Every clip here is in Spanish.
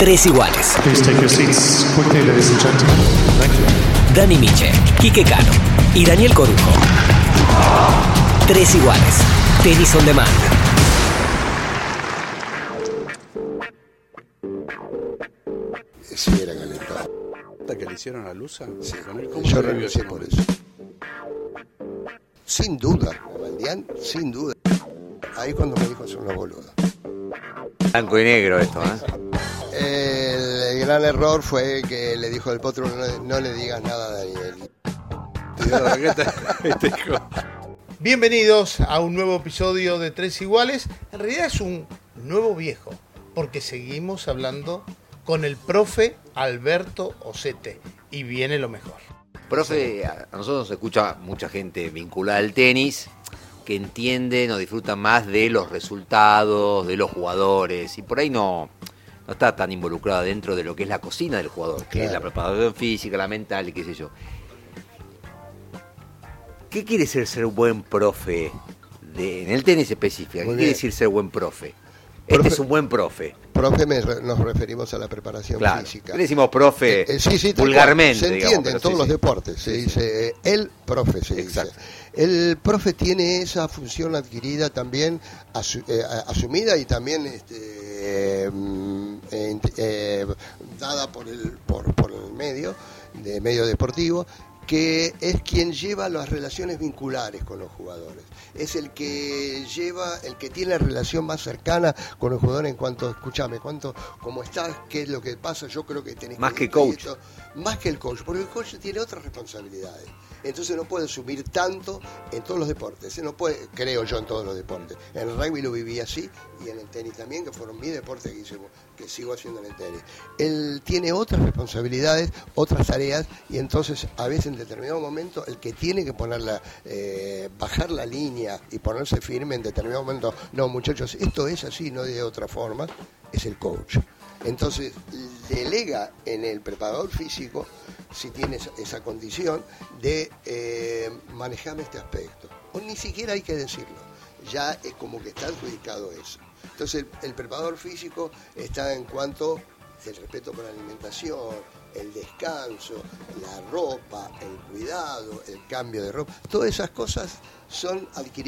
Tres iguales. Please take your seats quickly, ladies and gentlemen. Thank you. Dani Miche, Quique Cano y Daniel Corujo. Tres iguales. Tenis on Demand. Sí, era calentado. ¿Hasta que le hicieron a Lusa? Sí, ¿Cómo yo se vivió renuncié ese por momento? eso. Sin duda, Valdián, sin duda. Ahí cuando me dijo, son unos boludos. Blanco y negro esto, El gran error fue que le dijo el potro, no le digas nada a Daniel. Bienvenidos a un nuevo episodio de Tres Iguales. En realidad es un nuevo viejo, porque seguimos hablando con el profe Alberto Ossete. Y viene lo mejor. Profe, a nosotros nos escucha mucha gente vinculada al tenis que entienden o disfrutan más de los resultados, de los jugadores, y por ahí no está tan involucrada dentro de lo que es la cocina del jugador, que es la preparación física, la mental y qué sé yo. ¿Qué quiere ser un buen profe en el tenis específico? ¿Qué quiere decir ser buen profe? Este es un buen profe. Profe nos referimos a la preparación física. Le decimos profe vulgarmente. Se entiende en todos los deportes. Se dice el profe, se dice. El profe tiene esa función adquirida también, asumida y también dada por el medio deportivo, que es quien lleva las relaciones vinculares con los jugadores. Es el que tiene la relación más cercana con el jugador en cuanto, escúchame, cómo estás, qué es lo que pasa, yo creo que tenés más que coach. Más que el coach, porque el coach tiene otras responsabilidades. Entonces no puede asumir tanto en todos los deportes. No puede, creo yo, en todos los deportes. En el rugby lo viví así y en el tenis también, que fueron mis deportes que sigo haciendo en el tenis. Él tiene otras responsabilidades, otras tareas, y entonces a veces en determinado momento el que tiene que bajar la línea y ponerse firme en determinado momento, no muchachos, esto es así, no de otra forma, es el coach. Entonces delega en el preparador físico, si tiene esa condición, de manejarme este aspecto. O ni siquiera hay que decirlo, ya es como que está adjudicado eso. Entonces el preparador físico está en cuanto el respeto por la alimentación, el descanso, la ropa, el cuidado, el cambio de ropa, todas esas cosas son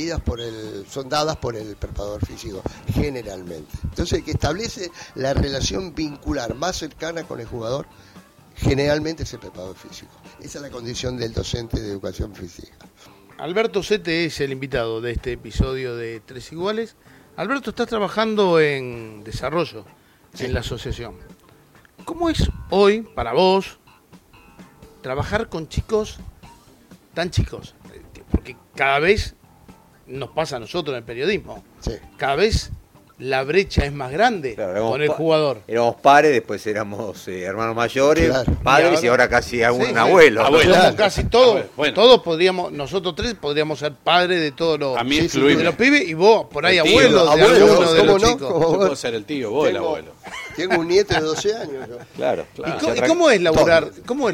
dadas por el preparador físico, generalmente. Entonces el que establece la relación vincular más cercana con el jugador, generalmente es el preparador físico. Esa es la condición del docente de educación física. Alberto Ossete es el invitado de este episodio de Tres Iguales. Alberto, estás trabajando en desarrollo en la asociación. ¿Cómo es hoy, para vos, trabajar con chicos tan chicos? Porque cada vez nos pasa a nosotros en el periodismo. Sí. Cada vez la brecha es más grande con el jugador. Éramos pares, después éramos hermanos mayores, padres y ahora casi un abuelo. Somos casi todos. Bueno. Todos nosotros tres podríamos ser padres de todos los, de los pibes, y vos por ahí abuelos de alguno de los chicos. Yo puedo ser el tío, vos el abuelo. Tengo un nieto de 12 años. Yo. Claro. ¿Y cómo es laburar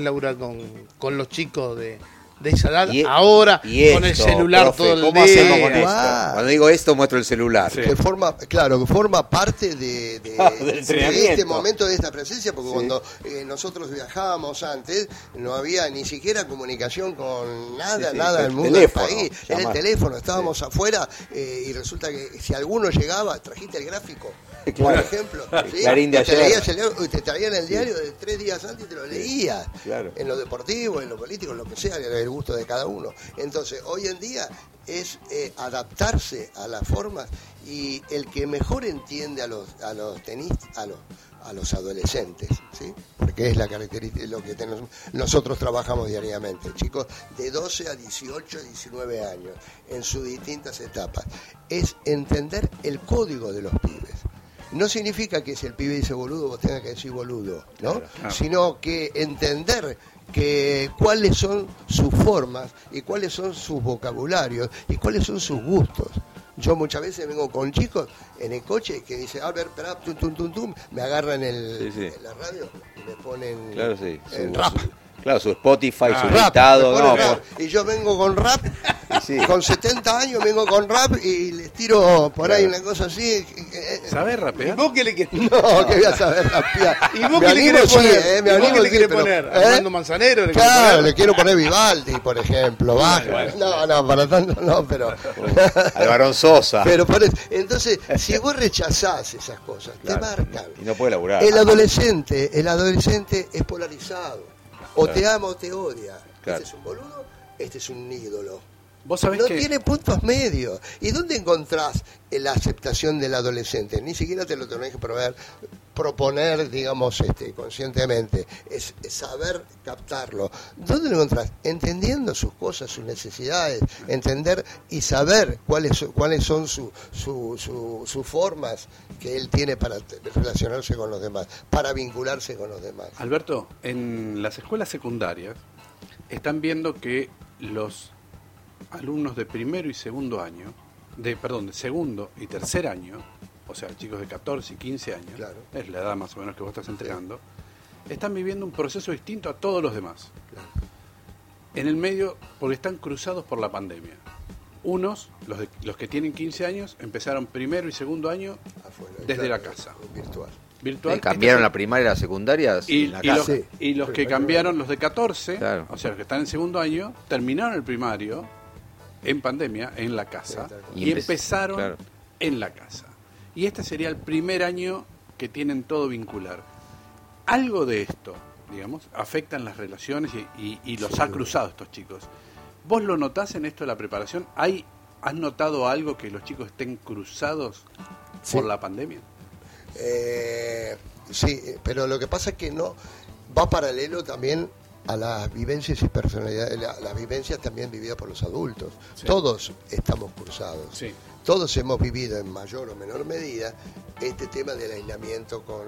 con los chicos de esa edad, ahora con el celular, profe, todo el día? ¿Cómo hacemos con esto? Cuando digo esto, muestro el celular. Sí. Que forma parte de este momento, de esta presencia, porque cuando nosotros viajábamos antes, no había ni siquiera comunicación con nada del mundo del país. Era el teléfono, estábamos afuera y resulta que si alguno llegaba, trajiste el gráfico. Por ejemplo, Clarín de ayer. Te traían el diario de 3 días antes y te lo leías. En lo deportivo, en lo político, en lo que sea, el gusto de cada uno. Entonces, hoy en día es adaptarse a las formas, y el que mejor entiende a los tenistas, a los adolescentes, ¿sí? Porque es la característica, lo que nosotros trabajamos diariamente, chicos de 12 a 18, 19 años, en sus distintas etapas, es entender el código de los pibes. No significa que si el pibe dice boludo, vos tengas que decir boludo, ¿no? Claro. Sino que entender que cuáles son sus formas y cuáles son sus vocabularios y cuáles son sus gustos. Yo muchas veces vengo con chicos en el coche que dicen, a ver, esperá, tum, me agarran en la radio y me ponen en rap. Claro, su Spotify, su Rap, listado, me no, pone rap. Y yo vengo con rap, sí. con 70 años vengo con rap y les tiro por ahí Claro. una cosa así. ¿Sabés ¿Y rapear? vos qué le querés? No, que voy a saber rapear. ¿Y vos Me qué le animo, querés sí, poner? me ¿Y vos animo, qué le sí, querés pero- poner? ¿eh? ¿Armando Manzanero? ¿Le querés Claro, poner? le quiero poner Vivaldi, por ejemplo. Baja. Bueno. No, para tanto no, pero. Al Barón Sosa. Pero por eso, entonces, si vos rechazás esas cosas, Claro. te marcan. Y no puede laburar. El adolescente es polarizado. O Claro. te ama o te odia. Claro. Este es un boludo, este es un ídolo. Vos sabés No que... tiene puntos medios. ¿Y dónde encontrás la aceptación del adolescente? Ni siquiera te lo tenés que proponer, digamos, conscientemente. Es saber captarlo. ¿Dónde lo encontrás? Entendiendo sus cosas, sus necesidades, entender y saber cuáles son sus formas que él tiene para relacionarse con los demás, para vincularse con los demás. Alberto, en las escuelas secundarias están viendo que los alumnos de primero y segundo año, de segundo y tercer año, o sea, chicos de 14 y 15 años, Claro. es la edad más o menos que vos estás entregando, están viviendo un proceso distinto a todos los demás. En el medio, porque están cruzados por la pandemia. Unos, los que tienen 15 años, empezaron primero y segundo año Afuera, desde claro, la casa. Virtual. Virtual. Cambiaron la primaria y la secundaria Y, en la y casa. los, Sí. y los que cambiaron, los de 14, Claro. o sea, los que están en segundo año, terminaron el primario en pandemia, en la casa, Sí, tal cual. y Y empezaron claro. en la casa. Y este sería el primer año que tienen todo vincular. Algo de esto, digamos, afectan las relaciones y los ha cruzado estos chicos. ¿Vos lo notás en esto de la preparación? ¿Has notado algo que los chicos estén cruzados por la pandemia? Sí, pero lo que pasa es que no va paralelo también a las vivencias y personalidades, las vivencias también vividas por los adultos. Sí. Todos estamos cruzados. Sí. Todos hemos vivido en mayor o menor medida este tema del aislamiento con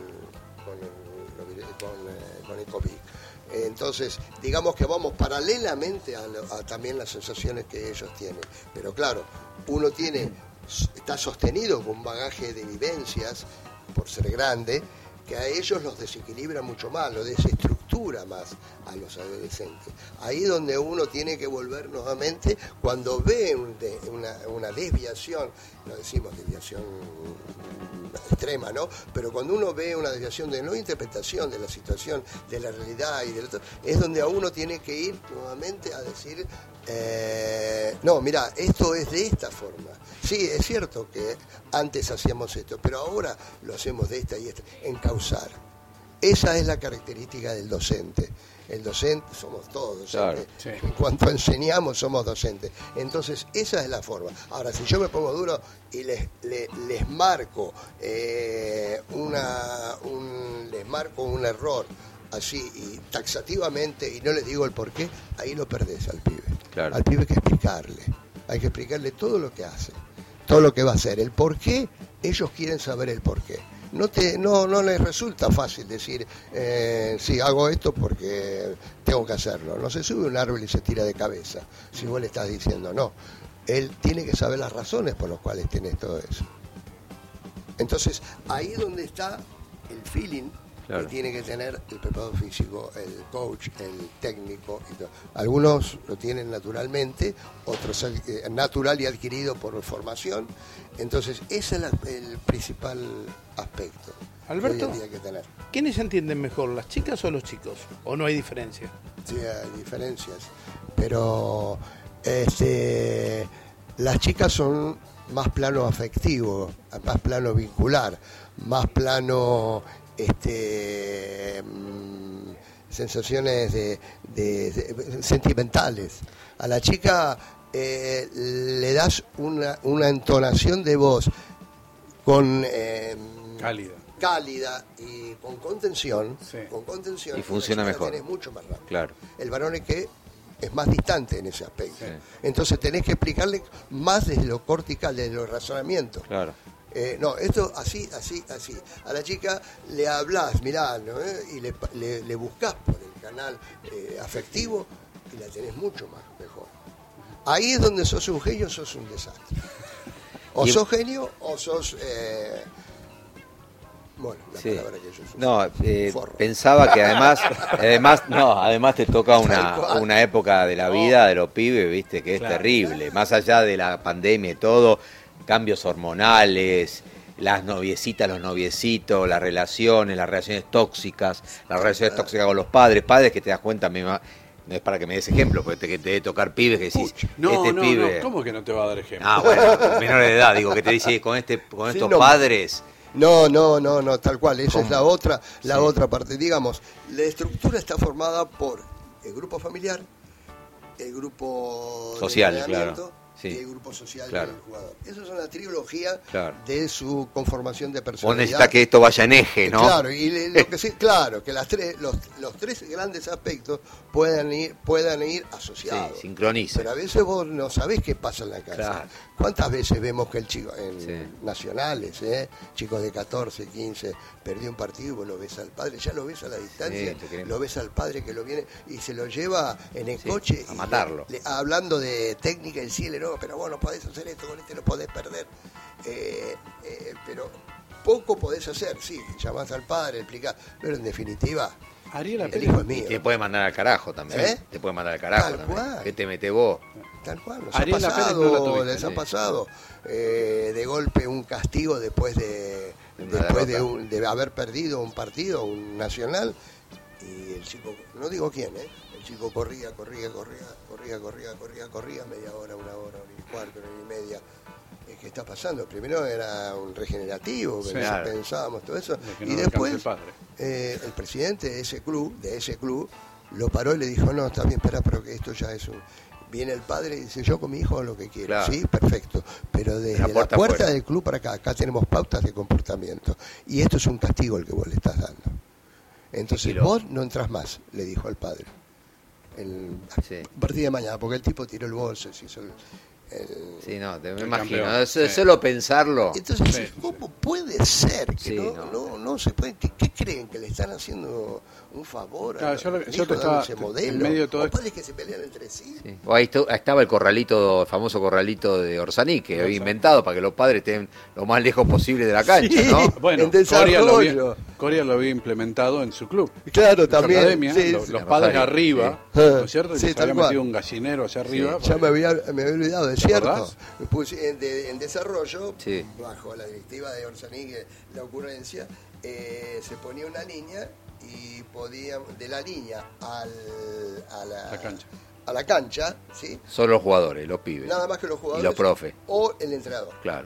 el COVID. Entonces, digamos que vamos paralelamente a también las sensaciones que ellos tienen. Pero claro, uno está sostenido con un bagaje de vivencias, por ser grande, que a ellos los desequilibra mucho más, los desestructura más a los adolescentes. Ahí donde uno tiene que volver nuevamente cuando ve una desviación, no decimos desviación extrema, ¿no? Pero cuando uno ve una desviación de no interpretación de la situación, de la realidad y del otro, es donde a uno tiene que ir nuevamente a decir, no, mira, esto es de esta forma. Sí, es cierto que antes hacíamos esto, pero ahora lo hacemos de esta y esta, encauzar. Esa es la característica del docente. El docente, somos todos docentes. Claro, sí. En cuanto enseñamos, somos docentes. Entonces, esa es la forma. Ahora, si yo me pongo duro y les marco les marco un error así y taxativamente y no les digo el porqué, ahí lo perdés al pibe. Claro. Al pibe hay que explicarle. Hay que explicarle todo lo que hace, todo lo que va a hacer. El porqué, ellos quieren saber el porqué. No les resulta fácil decir, sí, hago esto porque tengo que hacerlo. No se sube un árbol y se tira de cabeza, si vos le estás diciendo no. Él tiene que saber las razones por las cuales tenés todo eso. Entonces, ahí es donde está el feeling Claro. que tiene que tener el preparador físico, el coach, el técnico. Y todo. Algunos lo tienen naturalmente, otros natural y adquirido por formación. Entonces, ese es el principal aspecto Alberto, que hoy en día hay que tener. ¿quiénes entienden mejor, las chicas o los chicos? ¿O no hay diferencia? Sí, hay diferencias, pero las chicas son más plano afectivo, más plano vincular, más plano sensaciones de sentimentales. A la chica le das una entonación de voz con cálida y con contención, Sí. Y funciona la chica mejor. la tenés mucho más rápido. Claro. El varón es que es más distante en ese aspecto. Sí. Entonces tenés que explicarle más desde lo cortical, desde los razonamientos. Claro. No, esto así. A la chica le hablas, mirá, ¿no? Y le buscás por el canal afectivo y la tenés mucho más mejor. Ahí es donde sos un genio o sos un desastre. O Y- sos genio o sos Bueno, la Sí. palabra que yo uso. No, Forro. pensaba que además te toca Tal cual. una época de la vida de los pibes, viste, que es Claro. terrible. Más allá de la pandemia y todo, cambios hormonales, las noviecitas, los noviecitos, las relaciones tóxicas, las relaciones tóxicas con los padres que te das cuenta, no es para que me des ejemplo, porque te debe tocar pibes que decís, No, este no, pibe... no, ¿cómo que no te va a dar ejemplo? Ah, bueno, menores de edad, digo, que te dice con estos no. padres... No, tal cual, esa es ¿Cómo? la Sí. otra parte. Digamos, la estructura está formada por el grupo familiar, el grupo Social, de entrenamiento claro, sí. y el grupo social Claro. del jugador. Esa es una trilogía Claro. de su conformación de Vos personalidad. necesitas que esto vaya en eje, ¿no? Claro, y lo que sí, claro, que los tres grandes aspectos puedan ir asociados. Sí, sincroniza. Pero a veces vos no sabés qué pasa en la casa. Claro. ¿Cuántas veces vemos que el chico, en Sí. nacionales, chicos de 14, 15, perdió un partido y vos lo ves al padre, ya lo ves a la distancia, Sí, te queremos. lo ves al padre que lo viene y se lo lleva en el Sí, coche a y matarlo. hablando de técnica y decirle, no, pero vos no podés hacer esto, con este no podés perder. Pero poco podés hacer, sí, llamás al padre, explicás, pero en definitiva, Ariel el hijo es mío. Y te puede mandar al carajo también. ¿Eh? Te puede mandar al carajo Tal también. cual. ¿Qué te metés vos? Tal cual, nos Ariel ha Pérez pasado, no la tuviste, les ha sí. pasado de golpe un castigo después de haber perdido un partido, un nacional, y el chico, no digo quién, el chico corría, media hora, una hora y cuarto, una hora y media. ¿Qué está pasando? Primero era un regenerativo, Sí. pensá- Claro. pensábamos todo eso, De que y no después alcance el padre. el presidente de ese club, lo paró y le dijo, no, está bien, espera, pero que esto ya es un... Viene el padre y dice, yo con mi hijo hago lo que quiero. Claro. Sí, perfecto. Pero desde La la puerta puerta afuera. del club para acá tenemos pautas de comportamiento. Y esto es un castigo el que vos le estás dando. Entonces Vigiló. vos no entras más, le dijo al padre. Sí. A partir de mañana, porque el tipo tiró el bolso, se hizo el- Sí, no, me El imagino. campeón, sí. Solo pensarlo. Entonces, Sí, sí, ¿cómo puede ser que Sí, no se puede? ¿Qué creen? ¿Que le están haciendo un favor? Claro, yo al te hijo estaba- dando ese modelo? en medio de todo ¿O esto- padres que se pelean entre sí? Sí. O ahí estaba el corralito, el famoso corralito de Orsaní, que había inventado para que los padres estén lo más lejos posible de la cancha, Sí. ¿no? Bueno, En desarrollo. Coria lo había implementado en su club. Claro, En su también. academia, sí, los sí. padres Rosario, arriba, sí. ¿no es cierto? Sí, Les tal había cual. metido un gallinero hacia arriba. Ya me había olvidado, es ¿Te cierto. acordás? En desarrollo, Sí. bajo la directiva de Orsaní, la ocurrencia, se ponía una línea y podía, de la línea a la cancha, ¿sí? Solo los jugadores, los pibes. Nada más que los jugadores Y los profes, o el entrenador. claro.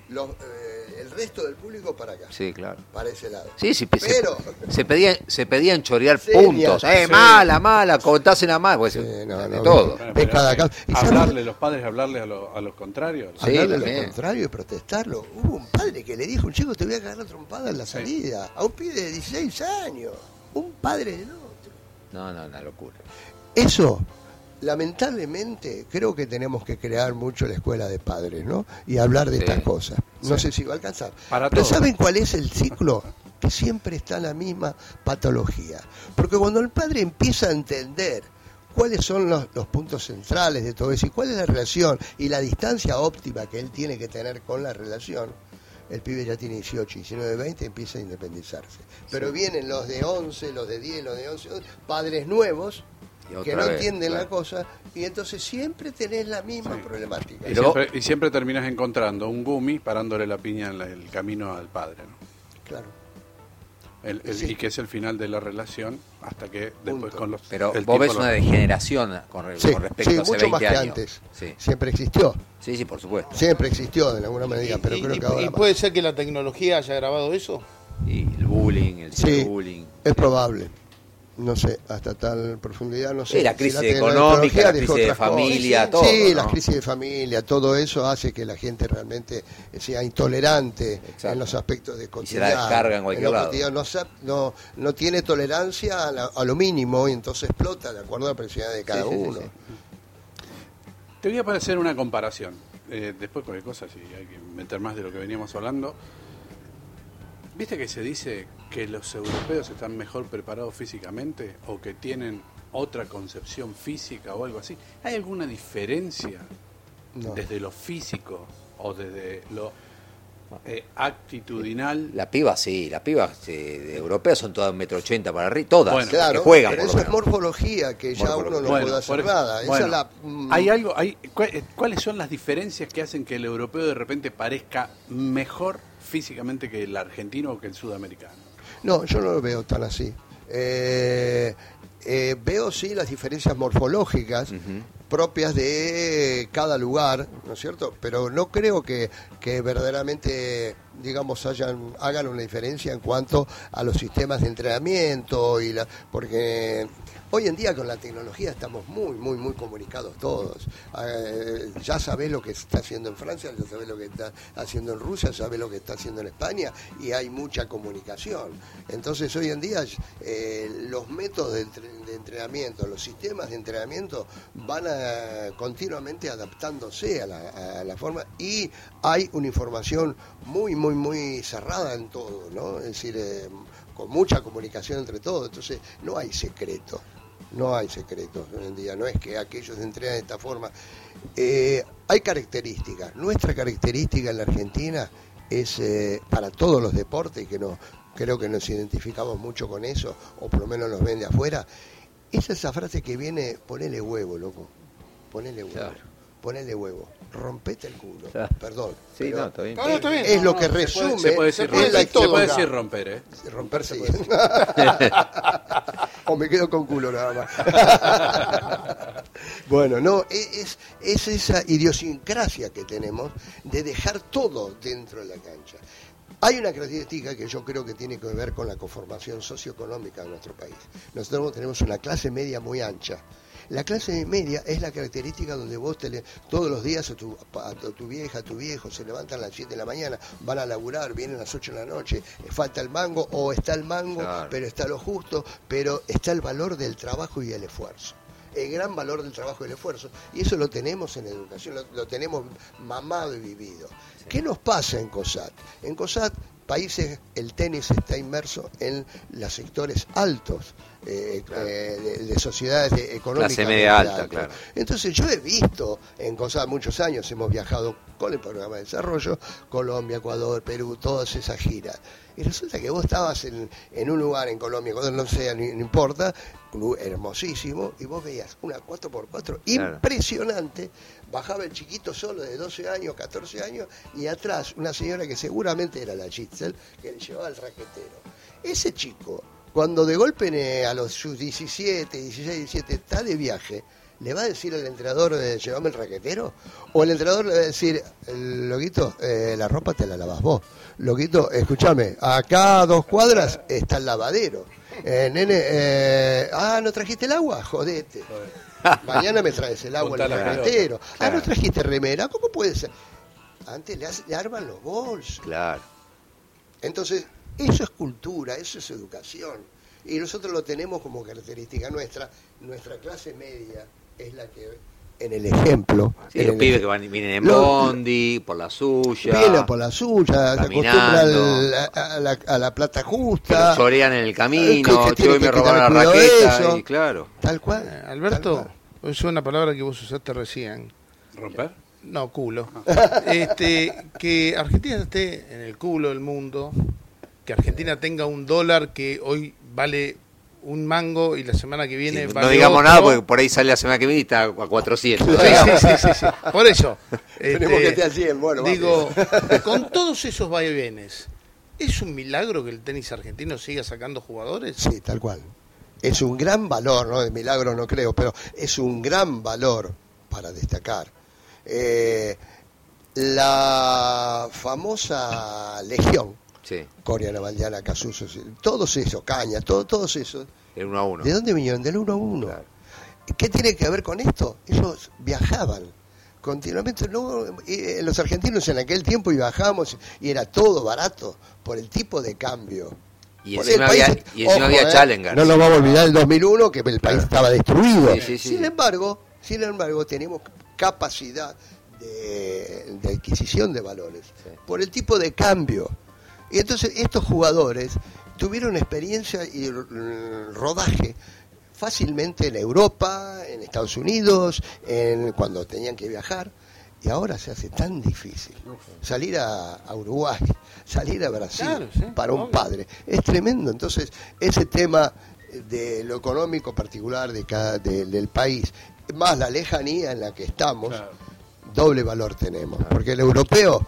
El resto del público para acá, Sí, claro. para ese lado. Sí, sí, Pero se pedían chorear Señas, puntos. sí. Mala, contásela mal. Pues, Sí, de no, todo. Bueno, Ves pero cada caso. ¿Y sabes? hablarle, los padres hablarle a los contrarios. Sí, Hablarle también. lo contrario y protestarlo. Hubo un padre que le dijo a un chico, te voy a cagar la trompada en la Sí. salida. A un pibe de 16 años. Un padre del otro. No, una locura. Eso, lamentablemente, creo que tenemos que crear mucho la escuela de padres, ¿no? Y hablar de Sí. estas cosas. No sé si va a alcanzar. Para Pero todo. ¿saben cuál es el ciclo? Que siempre está la misma patología. Porque cuando el padre empieza a entender cuáles son los puntos centrales de todo eso y cuál es la relación y la distancia óptima que él tiene que tener con la relación, el pibe ya tiene 18, 19, 20, empieza a independizarse. Pero vienen los de 11, los de 10, los de 11, padres nuevos Y que otra no vez, entienden la claro. cosa y entonces siempre tenés la misma Sí. problemática. Pero- Y siempre terminas encontrando un gumi parándole la piña en el camino al padre, ¿no? Claro. Y que es el final de la relación hasta que después Punto. con los... Pero el vos ves tiempo una lo- degeneración con Sí, respecto sí, a hace mucho más 20 que años. antes. Sí. Siempre existió. Sí, por supuesto. Siempre existió de alguna medida, pero creo que ahora y más. puede ser que la tecnología haya grabado eso. Y el bullying, el Sí, ciberbullying. es probable. No sé, hasta tal profundidad, no sé. Sí, la Si crisis tecnología económica, la dejó crisis de otras familia, cosas. todo, Sí, ¿no? las crisis de familia, todo eso hace que la gente realmente sea intolerante Exacto. en los aspectos de se la cotidiano. descarga en cualquier lo lado. cotidiano no tiene tolerancia a lo mínimo y entonces explota de acuerdo a la personalidad de cada Sí, sí, sí, uno. sí. Te voy a hacer una comparación. Después cualquier cosa, si hay que meter más de lo que veníamos hablando. ¿Viste que se dice que los europeos están mejor preparados físicamente o que tienen otra concepción física o algo así? ¿Hay alguna diferencia No. desde lo físico o desde lo actitudinal. La piba sí, las pibas de europeas son todas 1,80 m para arriba, todas, Bueno, Claro, que juegan pero por eso lo es menos. morfología que ya uno no puede hacer por- nada. Esa bueno, es la, hay algo, ¿cuáles son las diferencias que hacen que el europeo de repente parezca mejor físicamente que el argentino o que el sudamericano? No, yo no lo veo tan así. Veo sí las diferencias morfológicas propias de cada lugar, ¿no es cierto? Pero no creo que verdaderamente, digamos, hagan una diferencia en cuanto a los sistemas de entrenamiento porque hoy en día con la tecnología estamos muy comunicados todos. Ya sabés lo que está haciendo en Francia, ya sabés lo que está haciendo en Rusia, ya sabés lo que está haciendo en España y hay mucha comunicación. Entonces hoy en día los métodos de entrenamiento, los sistemas de entrenamiento van continuamente adaptándose a la forma y hay una información muy cerrada en todo, ¿no? Es decir, con mucha comunicación entre todos, entonces no hay secreto. No hay secretos hoy en día, no es que aquellos entrenan de esta forma. Hay características. Nuestra característica en la Argentina es para todos los deportes, que no creo que nos identificamos mucho con eso, o por lo menos nos ven de afuera. Es esa frase que viene, ponele huevo, loco. Ponele huevo. Claro. Ponele huevo. Rompete el culo. Claro. Perdón. Sí, pero no, está bien. No, está bien. Es lo que Se puede- resume. se puede decir, es la se puede historia. decir romper, ¿eh? Romper sí. O me quedo con culo nada más. Bueno, no, es esa idiosincrasia que tenemos de dejar todo dentro de la cancha. Hay una característica que yo creo que tiene que ver con la conformación socioeconómica de nuestro país. Nosotros tenemos una clase media muy ancha. La clase media es la característica donde vos todos los días a tu vieja, a tu viejo, se levantan a las 7 de la mañana, van a laburar, vienen a las 8 de la noche, falta el mango o está el mango, Claro. pero está lo justo, pero está el valor del trabajo y el esfuerzo. El gran valor del trabajo y el esfuerzo. Y eso lo tenemos en educación, lo tenemos mamado y vivido. ¿Qué nos pasa en COSAT? En COSAT, el tenis está inmerso en los sectores altos de sociedades económicas. Clase media muy alta, altas. claro. Entonces yo he visto en COSAT muchos años, hemos viajado con el programa de desarrollo, Colombia, Ecuador, Perú, todas esas giras. Y resulta que vos estabas en un lugar en Colombia, Ecuador, no sé, no importa, club hermosísimo, y vos veías una 4x4 impresionante, bajaba el chiquito solo de 12 años, 14 años, y atrás una señora que seguramente era la Gitzel, que le llevaba el raquetero. Ese chico, cuando de golpe a sus 17, 16, 17 está de viaje, ¿le va a decir al entrenador llévame el raquetero? ¿O el entrenador le va a decir, loquito, la ropa te la lavas vos? Loquito, escúchame, acá a 2 cuadras está el lavadero. Nene, ¿no trajiste el agua? Jodete. Mañana me traes el agua en el Juntá la raquetero. Claro. ¿No trajiste remera? ¿Cómo puede ser? Antes le arman los bolsos. Claro. Entonces, eso es cultura, eso es educación. Y nosotros lo tenemos como característica nuestra. Nuestra clase media es la que, en el ejemplo... Sí, en los el pibes ej- que vienen en Lo- bondi, por la suya. Vienen por la suya, se acostumbra caminando. a la plata Que justa. lo chorean en el camino, que che, hoy tiene me que robaron la tener cuidado de raqueta. eso. Y claro. Tal cual. tal Alberto, cual. es una palabra que vos usaste recién. ¿Romper? No, culo. Que Argentina esté en el culo del mundo, que Argentina tenga un dólar que hoy vale un mango y la semana que viene Sí, vale no digamos otro. nada porque por ahí sale la semana que viene y está a 400. Sí. Por eso. Tenemos que estar 100, bueno, digo, con todos esos vaivenes, ¿es un milagro que el tenis argentino siga sacando jugadores? Sí, tal cual. Es un gran valor, ¿no? De milagro no creo, pero es un gran valor para destacar. La famosa Legión, Sí, Coria, Valdiana, Casuso, todos esos, Cañas, todos esos, el 1 a 1. ¿de dónde vinieron? Del 1 a 1. Claro. ¿Qué tiene que ver con esto? Ellos viajaban continuamente. Los argentinos en aquel tiempo viajábamos y era todo barato por el tipo de cambio. Y Por encima el país- había, había Challenger. No nos vamos a olvidar el 2001, que el país estaba destruido. Sí. Sin embargo, tenemos capacidad de adquisición de valores por el tipo de cambio. Y entonces estos jugadores tuvieron experiencia y rodaje fácilmente en Europa, en Estados Unidos, cuando tenían que viajar. Y ahora se hace tan difícil. Salir a Uruguay, salir a Brasil, Claro, sí, para un obvio. padre, es tremendo. Entonces, ese tema de lo económico particular del país, más la lejanía en la que estamos, Claro. doble valor tenemos. Porque el europeo,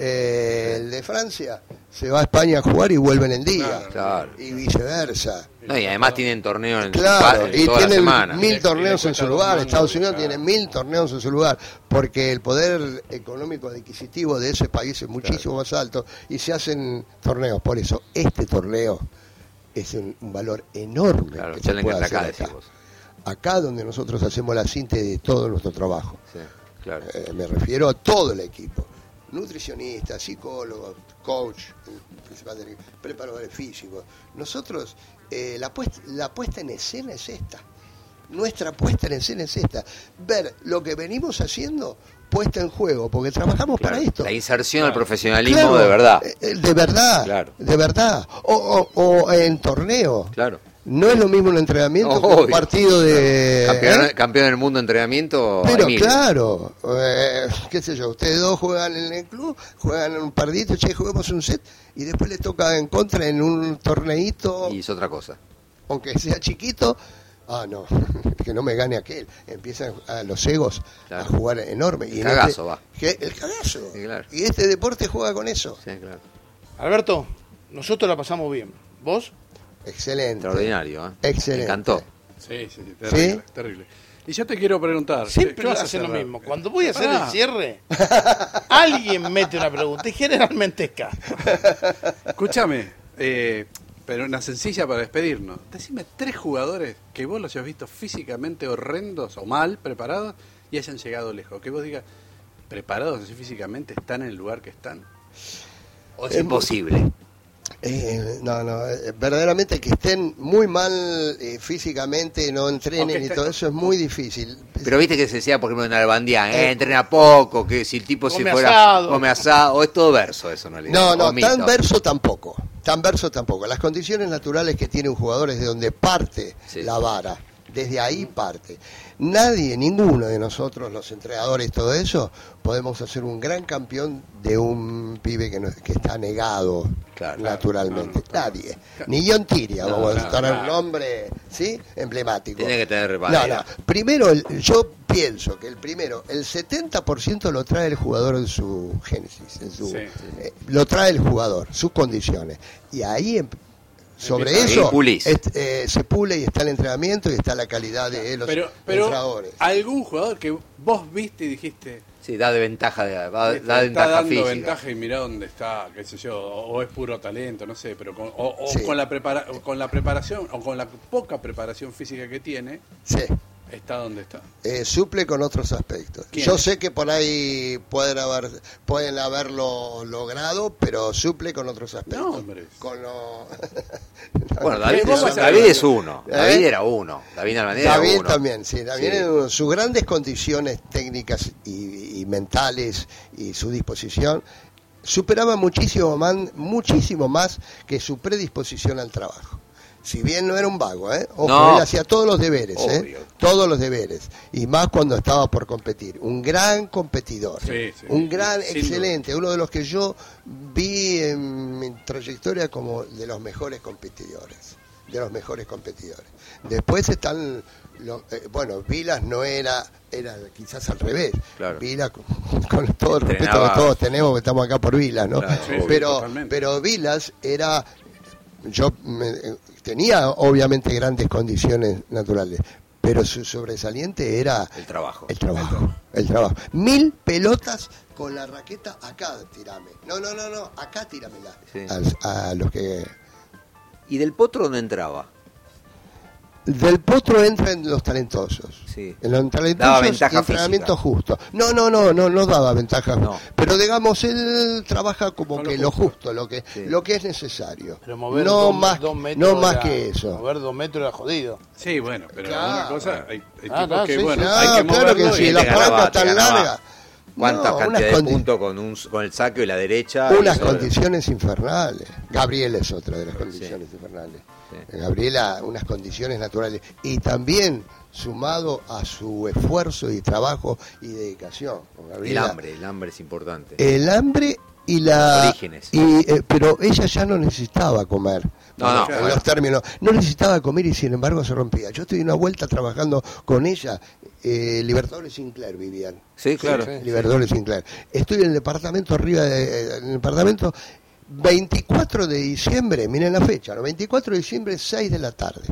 el de Francia, se va a España a jugar y vuelve en el día. Claro. Y viceversa. No, y además tienen torneos en Claro, en y toda la tienen semana. 1000 Y torneos le en su cuesta lugar. dos mangos, Estados Unidos claro. tiene 1000 torneos en su lugar, porque el poder económico adquisitivo de ese país es muchísimo más alto y se hacen torneos. Por eso, este torneo es un valor enorme. Claro, que se Challenger puede de acá, hacer decís vos. Acá donde nosotros hacemos la síntesis de todo nuestro trabajo. Sí, claro. Me refiero a todo el equipo. Nutricionistas, psicólogos, coach, el principal del equipo, preparadores físicos. Nosotros, la puesta en escena es esta. Nuestra puesta en escena es esta. Ver lo que venimos haciendo puesta en juego, porque trabajamos Claro, para esto. La inserción al profesionalismo Claro, de verdad. De verdad, Claro. de verdad. O en torneo. Claro. No es lo mismo un entrenamiento que un Obvio. partido de... Campeón del mundo de entrenamiento. Pero Emilio. claro, qué sé yo, ustedes dos juegan en el club, juegan en un partidito, che, juguemos un set, y después les toca en contra en un torneito, Y es otra cosa. aunque sea chiquito, no, que no me gane aquel. Empiezan a los egos Claro. a jugar enorme. Y El cagazo va. El cagazo. Sí, claro. Y este deporte juega con eso. Sí, claro. Alberto, nosotros la pasamos bien. ¿Vos? Excelente. Extraordinario, ¿eh? Excelente. Me encantó. Sí, terrible, ¿Sí? terrible. Y yo te quiero preguntar. Siempre ¿qué vas a hacen lo cerrar? mismo. Cuando voy a hacer Pará. el cierre, alguien mete una pregunta y generalmente es Castro. Escúchame, pero una sencilla para despedirnos. Decime 3 jugadores que vos los hayas visto físicamente horrendos o mal preparados y hayan llegado lejos. Que vos digas, preparados así físicamente, están en el lugar que están. O es imposible. Verdaderamente que estén muy mal físicamente, no entrenen Ok, y todo eso es muy difícil. Pero viste que se decía, por ejemplo, en Albandián, entrena poco, que si el tipo Come si fuera asado. come asado, o es todo verso eso, en realidad. No, o mito. tan verso tampoco. Tan verso tampoco. Las condiciones naturales que tiene un jugador es de donde parte Sí. la vara. Desde ahí parte. Nadie, ninguno de nosotros, los entrenadores, todo eso, podemos hacer un gran campeón de un pibe que está negado Claro, naturalmente. no, Nadie. Ni John Tiria, No, vamos a claro, estar claro. un nombre, ¿sí? Emblemático. Tiene que tener No, repadera. no. Primero, yo pienso que el 70% lo trae el jugador en su génesis, Sí. lo trae el jugador, sus condiciones. Y ahí, sobre Empieza- eso, Ahí pulís. se pule y está el entrenamiento y está la calidad de los Pero entrenadores. algún jugador que vos viste y dijiste, Sí, da de ventaja, da está ventaja dando física. ventaja y mirá dónde está, qué sé yo, o es puro talento, no sé, pero o Sí. con la preparación o con la poca preparación física que tiene, Sí. está donde está. Suple con otros aspectos. ¿Quién? Yo sé que por ahí pueden haberlo logrado, pero suple con otros aspectos. No, hombre. Con lo... Bueno, David, Vos vas a David ver. es uno. David era uno. David Albandián era David uno. también, sí, David Sí. era uno. Sus grandes condiciones técnicas y mentales y su disposición superaba muchísimo más que su predisposición al trabajo. Si bien no era un vago, ojo, No. él hacía todos los deberes, Obvio. todos los deberes, y más cuando estaba por competir. Un gran competidor, Sí, sí, un gran, sin excelente, uno de los que yo vi en mi trayectoria como de los mejores competidores. Después están, Vilas no era quizás al revés. Claro. Vilas, con todo el respeto Entrenaba. que todos tenemos, que estamos acá por Vilas, ¿no? Claro, Sí, sí, pero, totalmente. pero Vilas era, tenía obviamente grandes condiciones naturales, pero su sobresaliente era El trabajo. el trabajo. 1000 pelotas con la raqueta, acá tirame. No, acá tíramela. Sí. A los que... ¿Y del Potro dónde entraba? Del Potro entra en los talentosos. Sí. En los Daba talentosos ventaja y entrenamiento física. justo. No daba ventaja. No. Pero digamos, él trabaja como Con que lo lo justo, lo que Sí. es necesario. Pero mover no más, dos metros no más era- que eso. Mover 2 metros era jodido. Sí, bueno, pero Claro. una cosa, hay tipos claro, que, sí, bueno, sí. hay que Claro que moverlo si y la te ganaba, palanca te tan ganaba. larga. ¿Cuántas No, cantidades unas de puntos con el saque y la derecha? Unas Eso- condiciones infernales. Gabriela es otra de las condiciones infernales. Sí. Gabriela, unas condiciones naturales. Y también sumado a su esfuerzo y trabajo y dedicación. Con Gabriela, el hambre es importante. el hambre y la Orígenes. pero ella ya no necesitaba comer. No, en bueno. los términos, no necesitaba comer y sin embargo se rompía. Yo estoy una vuelta trabajando con ella, Libertadores Sinclair vivían. Sí, claro. Libertadores Sinclair. Estoy en el departamento arriba en el departamento 24 de diciembre, miren la fecha, ¿no? 24 de diciembre, 6 de la tarde,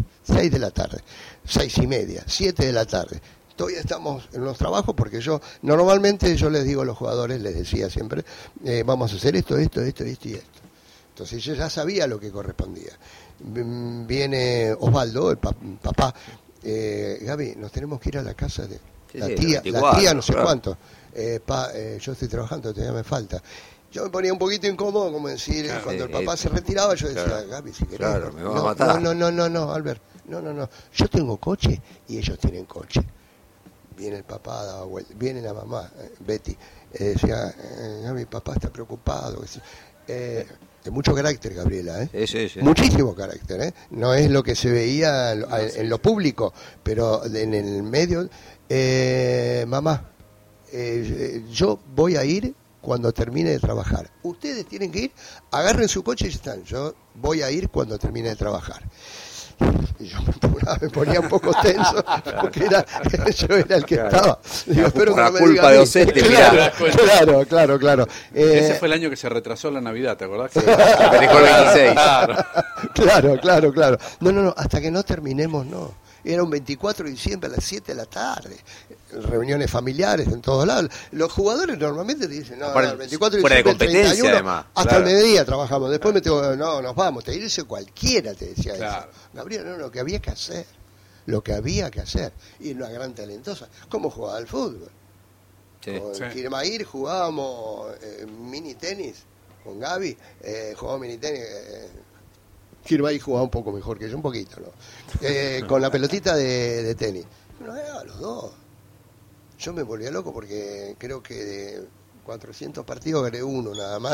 6:30, 7 de la tarde. Todavía estamos en los trabajos porque normalmente yo les digo a los jugadores, les decía siempre, vamos a hacer esto y esto. Entonces yo ya sabía lo que correspondía. Viene Osvaldo, el papá, Gaby, nos tenemos que ir a la casa de la tía no sé claro. cuánto. Yo estoy trabajando, todavía me falta. Yo me ponía un poquito incómodo, como decir, Claro, cuando sí, el papá se retiraba, yo decía, claro. Gaby, si querés. Claro, me vas a matar. No, Albert, no. Yo tengo coche y ellos tienen coche. Viene el papá, daba vuelta. Viene la mamá, Betty, decía, Gaby, papá está preocupado. De mucho carácter, Gabriela, Sí. Muchísimo carácter, No es lo que se veía en lo público, pero en el medio. Mamá, yo voy a ir cuando termine de trabajar. Ustedes tienen que ir, agarren su coche y ya están. Yo voy a ir cuando termine de trabajar. Y yo me ponía un poco tenso porque yo era el que estaba. Digo, espero que Por la no me culpa diga a de mí. docente, mirá. Claro. Ese fue el año que se retrasó la Navidad, ¿te acordás? Que festejó el 26. Claro. No, hasta que no terminemos, no. Era un 24 de diciembre a las 7 de la tarde. Reuniones familiares en todos lados. Los jugadores normalmente te dicen, no, Aparte, el 24 de fuera de diciembre, el competencia, 31, además. hasta Claro. el mediodía trabajamos. Después nos vamos. Te dice cualquiera, te decía Claro. eso. Gabriel, no, lo que había que hacer. Y una gran talentosa. ¿Cómo jugaba al fútbol? Sí. Con Sí. Kirmair jugábamos mini tenis con Gaby, jugábamos mini tenis. Kirmair jugaba un poco mejor que yo, un poquito, ¿no? Con la pelotita de tenis. Nos ganaba los dos. Yo me volvía loco porque creo que de 400 partidos gané uno nada más.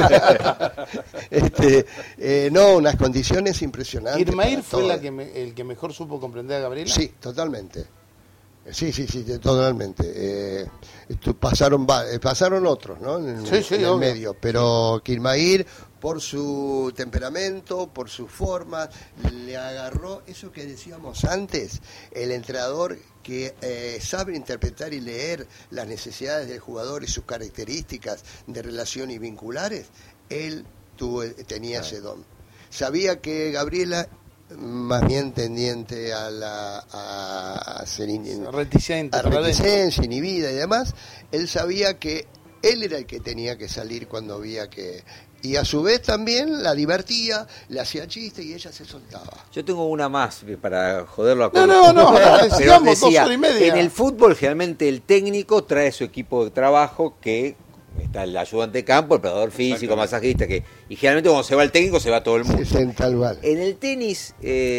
No, unas condiciones impresionantes. Irmair para fue todo. el que mejor supo comprender a Gabriela. Sí, totalmente. Sí, totalmente. Pasaron otros, ¿no? En el obvio. medio, pero Kirmair, por su temperamento, por su forma, le agarró eso que decíamos antes, el entrenador que sabe interpretar y leer las necesidades del jugador y sus características de relación y vinculares, él tenía ese don. Sabía que Gabriela, más bien tendiente a ser Reticente, reticencia, inhibida y demás, él sabía que él era el que tenía que salir cuando había que... Y a su vez también la divertía, le hacía chistes y ella se soltaba. Yo tengo una más para joderlo a No, Pero sigamos, 2 decía, horas y media. en el fútbol generalmente el técnico trae su equipo de trabajo, que está el ayudante de campo, el preparador físico, masajista, y generalmente cuando se va el técnico se va todo el mundo. 60 al bar. En el tenis,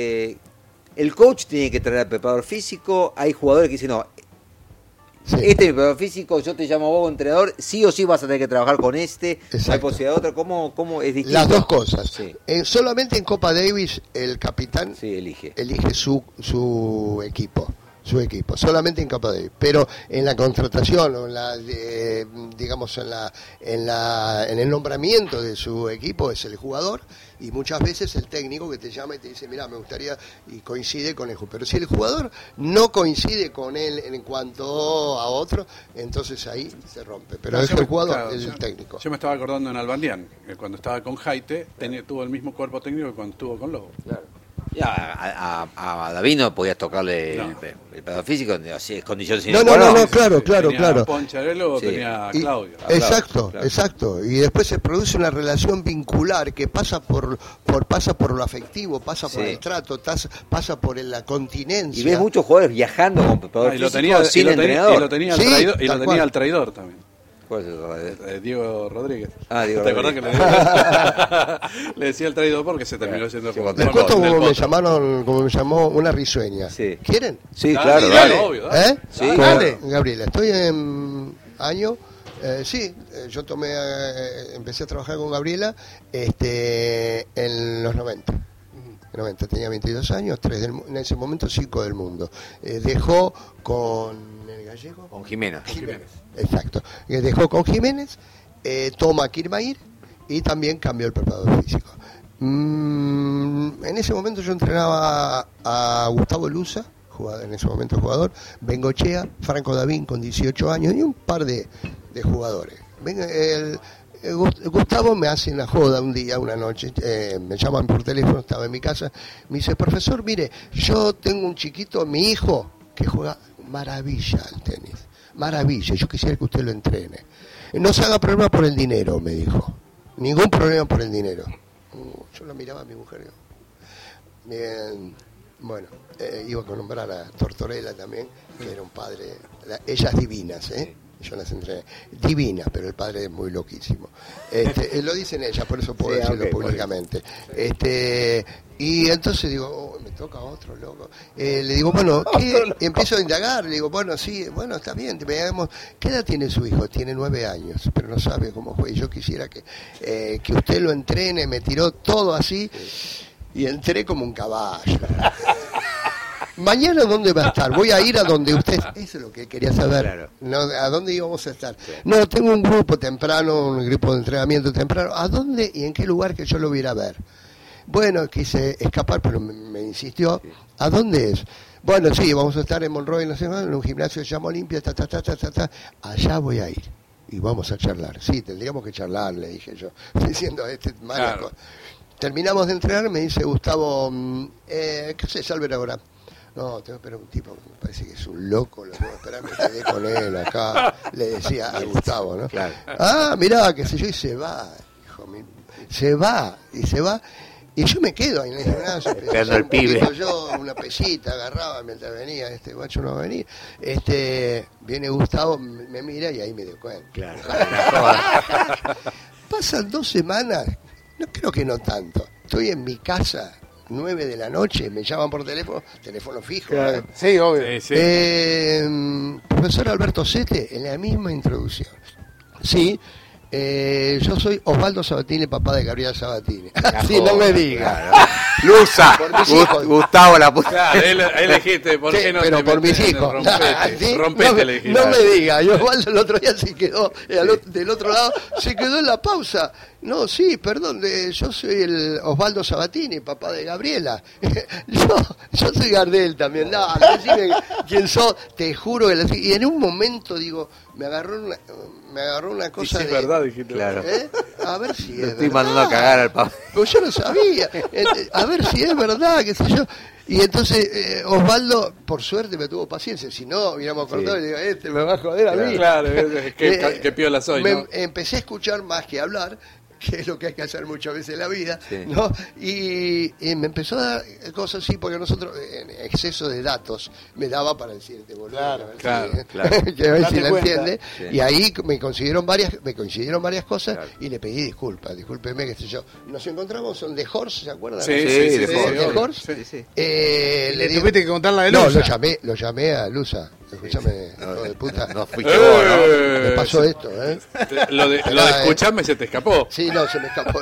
el coach tiene que traer al preparador físico, hay jugadores que dicen, no, Sí. este es mi preparador físico, yo te llamo a vos, entrenador, sí o sí vas a tener que trabajar con este, no hay Exacto. posibilidad de otra, ¿cómo es distinto? Las dos cosas. Sí, Solamente en Copa Davis el capitán sí, elige. elige su equipo. Solamente en Copa Davis, pero en la contratación o en la digamos en el nombramiento de su equipo es el jugador y muchas veces el técnico que te llama y te dice, mira, me gustaría, y coincide con el jugador. Pero si el jugador no coincide con él en cuanto a otro, entonces ahí se rompe. Pero es el jugador, es el técnico. Yo me estaba acordando en Albandián, que cuando estaba con Jaite, tuvo el mismo cuerpo técnico que cuando estuvo con Lobo. Claro. Ya, a David no podías tocarle No. el preparador físico, así es condiciones No, claro. Tenía a Poncharelo o Sí. tenía a Y- Claudio. Exacto. Claro. Y después se produce una relación vincular que pasa por lo afectivo, pasa por Sí. el trato, pasa por la continencia. Y ves muchos jugadores viajando con preparador Y lo físico tenía, sin y lo tenía- entrenador. y lo tenía al Sí, traidor, y lo tal tenía cual. al traidor también. ¿Cuál es el Diego Rodríguez. Ah, Diego ¿Te acordás Rodríguez. que le decía el traidor porque se terminó siendo Sí, como cuando- Les cuento del como me llamó una risueña. Sí. ¿Quieren? Sí, Dale, claro, dale, dale. obvio, dale. Sí, Con dale. Gabriela, estoy en año Sí, yo empecé a trabajar con Gabriela en los 90. En 90 tenía 22 años, en ese momento 5 del mundo. Dejó con el gallego. Con Jimena. Jiménez. Exacto. Dejó con Jiménez, toma Kirmair y también cambió el preparador físico. En ese momento yo entrenaba a Gustavo Luza, en ese momento jugador, Bengochea, Franco Davín con 18 años y un par de jugadores. Gustavo me hace una joda un día, una noche, me llaman por teléfono, estaba en mi casa, me dice, profesor, mire, yo tengo un chiquito, mi hijo, que juega maravilla al tenis, maravilla, yo quisiera que usted lo entrene. No se haga problema por el dinero, me dijo, ningún problema por el dinero. Yo lo miraba a mi mujer, bueno, iba a nombrar a Tortorella también, que era un padre, ellas divinas, yo las entrené, divinas, pero el padre es muy loquísimo. Lo dicen ellas, por eso puedo decirlo públicamente. Y entonces digo, me toca otro loco. Le digo, bueno, empiezo a indagar, le digo, bueno, sí, bueno, está bien, veamos, ¿qué edad tiene su hijo? Tiene 9 años, pero no sabe cómo fue. Y yo quisiera que usted lo entrene, me tiró todo así, y entré como un caballo. Mañana, ¿dónde va a estar? Voy a ir a donde usted... Eso es lo que quería saber. Claro. No, ¿a dónde íbamos a estar? Sí. No, tengo un grupo temprano, un grupo de entrenamiento temprano. ¿A dónde y en qué lugar que yo lo viera a ver? Bueno, quise escapar, pero me insistió. ¿A dónde es? Bueno, sí, vamos a estar en Monroy, no sé, en un gimnasio que se llama Olimpia, Allá voy a ir. Y vamos a charlar. Sí, tendríamos que charlar, le dije yo. Diciendo claro. Terminamos de entrenar, me dice Gustavo, ¿qué haces, Albert, ahora? No, tengo que esperar a un tipo que me parece que es un loco, lo tengo que esperar, me quedé con él acá, le decía a Gustavo, ¿no? Claro. Mirá, qué sé yo, y se va, hijo mío, se va, y yo me quedo ahí en el gimnasio, esperando al pibe. Yo una pesita agarraba mientras venía, guacho no venía, viene Gustavo, me mira y ahí me dio cuenta. Claro. Pasan 2 semanas, no creo que no tanto, estoy en mi casa, 9 de la noche, me llaman por teléfono fijo. Claro. Sí, obvio. Sí. Profesor Alberto Sete, en la misma introducción. Sí, yo soy Osvaldo Sabatini, papá de Gabriela Sabatini. Sí, no me diga. Claro. Luza, Gustavo la puta. Claro, él dijiste, ¿por qué no pero te por mis hijos. Rompete, le dijiste. No me diga, y Osvaldo el otro día se quedó, del otro lado, se quedó en la pausa. No, sí, perdón, yo soy el Osvaldo Sabatini, papá de Gabriela. Yo soy Gardel también. No, decime quién sos, te juro que y en un momento digo, me agarró una cosa sí, es verdad, dijiste. Claro. A ver si es verdad. Estoy mandando a cagar al papá. Pero yo no sabía. A ver si es verdad, qué sé yo. Y entonces Osvaldo, por suerte, me tuvo paciencia. Si no, hubiéramos cortado y digo, me va a joder a mí. Claro, que piola soy, ¿no? Empecé a escuchar más que hablar, que es lo que hay que hacer muchas veces en la vida, ¿no? Y me empezó a dar cosas así, porque nosotros, en exceso de datos, me daba para decirte, boludo, claro. Que a ver si la entiende. Sí. Y ahí me coincidieron varias cosas, claro. Y le pedí disculpas, discúlpeme, qué sé yo. Nos encontramos en The Horse, ¿se acuerdan? Sí, The Horse. Sí. Le tuviste que contar la de Luza. No, lo llamé a Luza. Escúchame, hijo de puta. No fuiste vos, ¿no? Me pasó esto, Lo de escucharme se te escapó. Sí, no, se me escapó.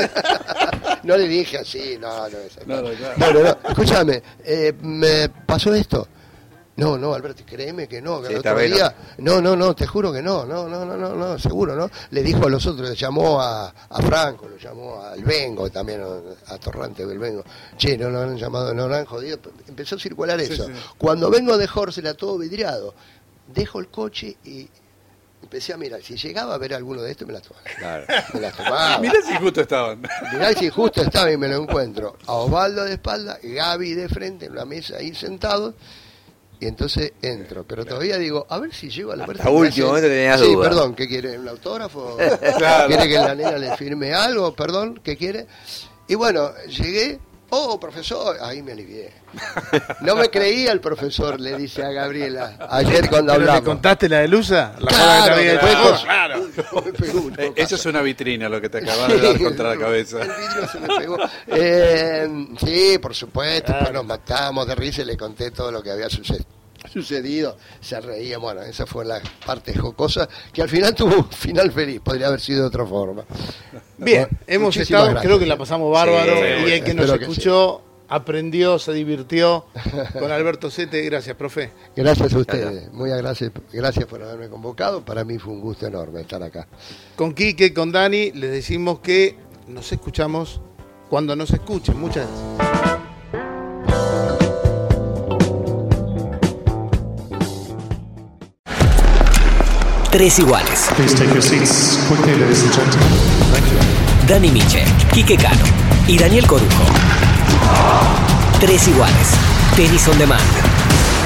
No le dije así, no. Claro. No, escúchame, me pasó esto. No, Alberto, créeme que no, que el otro día... No, te juro que no, seguro, ¿no? Le dijo a los otros, le llamó a Franco, lo llamó al Bengo también, a Torrante del Bengo. Che, no lo han llamado, no lo han jodido. Empezó a circular eso. Sí. Cuando vengo de Horse era todo vidriado. Dejo el coche y empecé a mirar. Si llegaba a ver alguno de estos, me las tomaba. Claro. Me las tomaba. Mirá si justo estaban. Mirá si justo estaba y me lo encuentro. A Osvaldo de espalda, Gaby de frente, en una mesa ahí sentados. Y entonces entro, pero todavía digo, a ver si llego a la puerta. Hasta último momento tenías dudas. Sí, perdón, ¿qué quiere? ¿Un autógrafo? Claro. ¿Quiere que la nena le firme algo? Perdón, ¿qué quiere? Y bueno, llegué, profesor, ahí me alivié. No me creía el profesor, le dice a Gabriela, ayer cuando hablamos. ¿Le contaste la de Luza? Claro. Eso es una vitrina, lo que te acabas de dar contra la cabeza. El vidrio se me pegó. Sí, por supuesto, nos matamos de risa y le conté todo lo que había sucedido, se reía, bueno, esa fue la parte jocosa, que al final tuvo un final feliz, podría haber sido de otra forma. Bien, Bueno, hemos muchísimas estado, gracias. creo que la pasamos bárbaro, Sí, y el que nos espero que escuchó aprendió, se divirtió con Alberto Sete. Gracias, profe. Gracias a ustedes, muy gracias por haberme convocado, para mí fue un gusto enorme estar acá. Con Quique, con Dani, les decimos que nos escuchamos cuando nos escuchen. Muchas gracias. Tres iguales. Please take your seats quickly, ladies and gentlemen. Thank you. Dani Miche, Quique Cano y Daniel Corujo. Tres iguales. Tenis on Demand.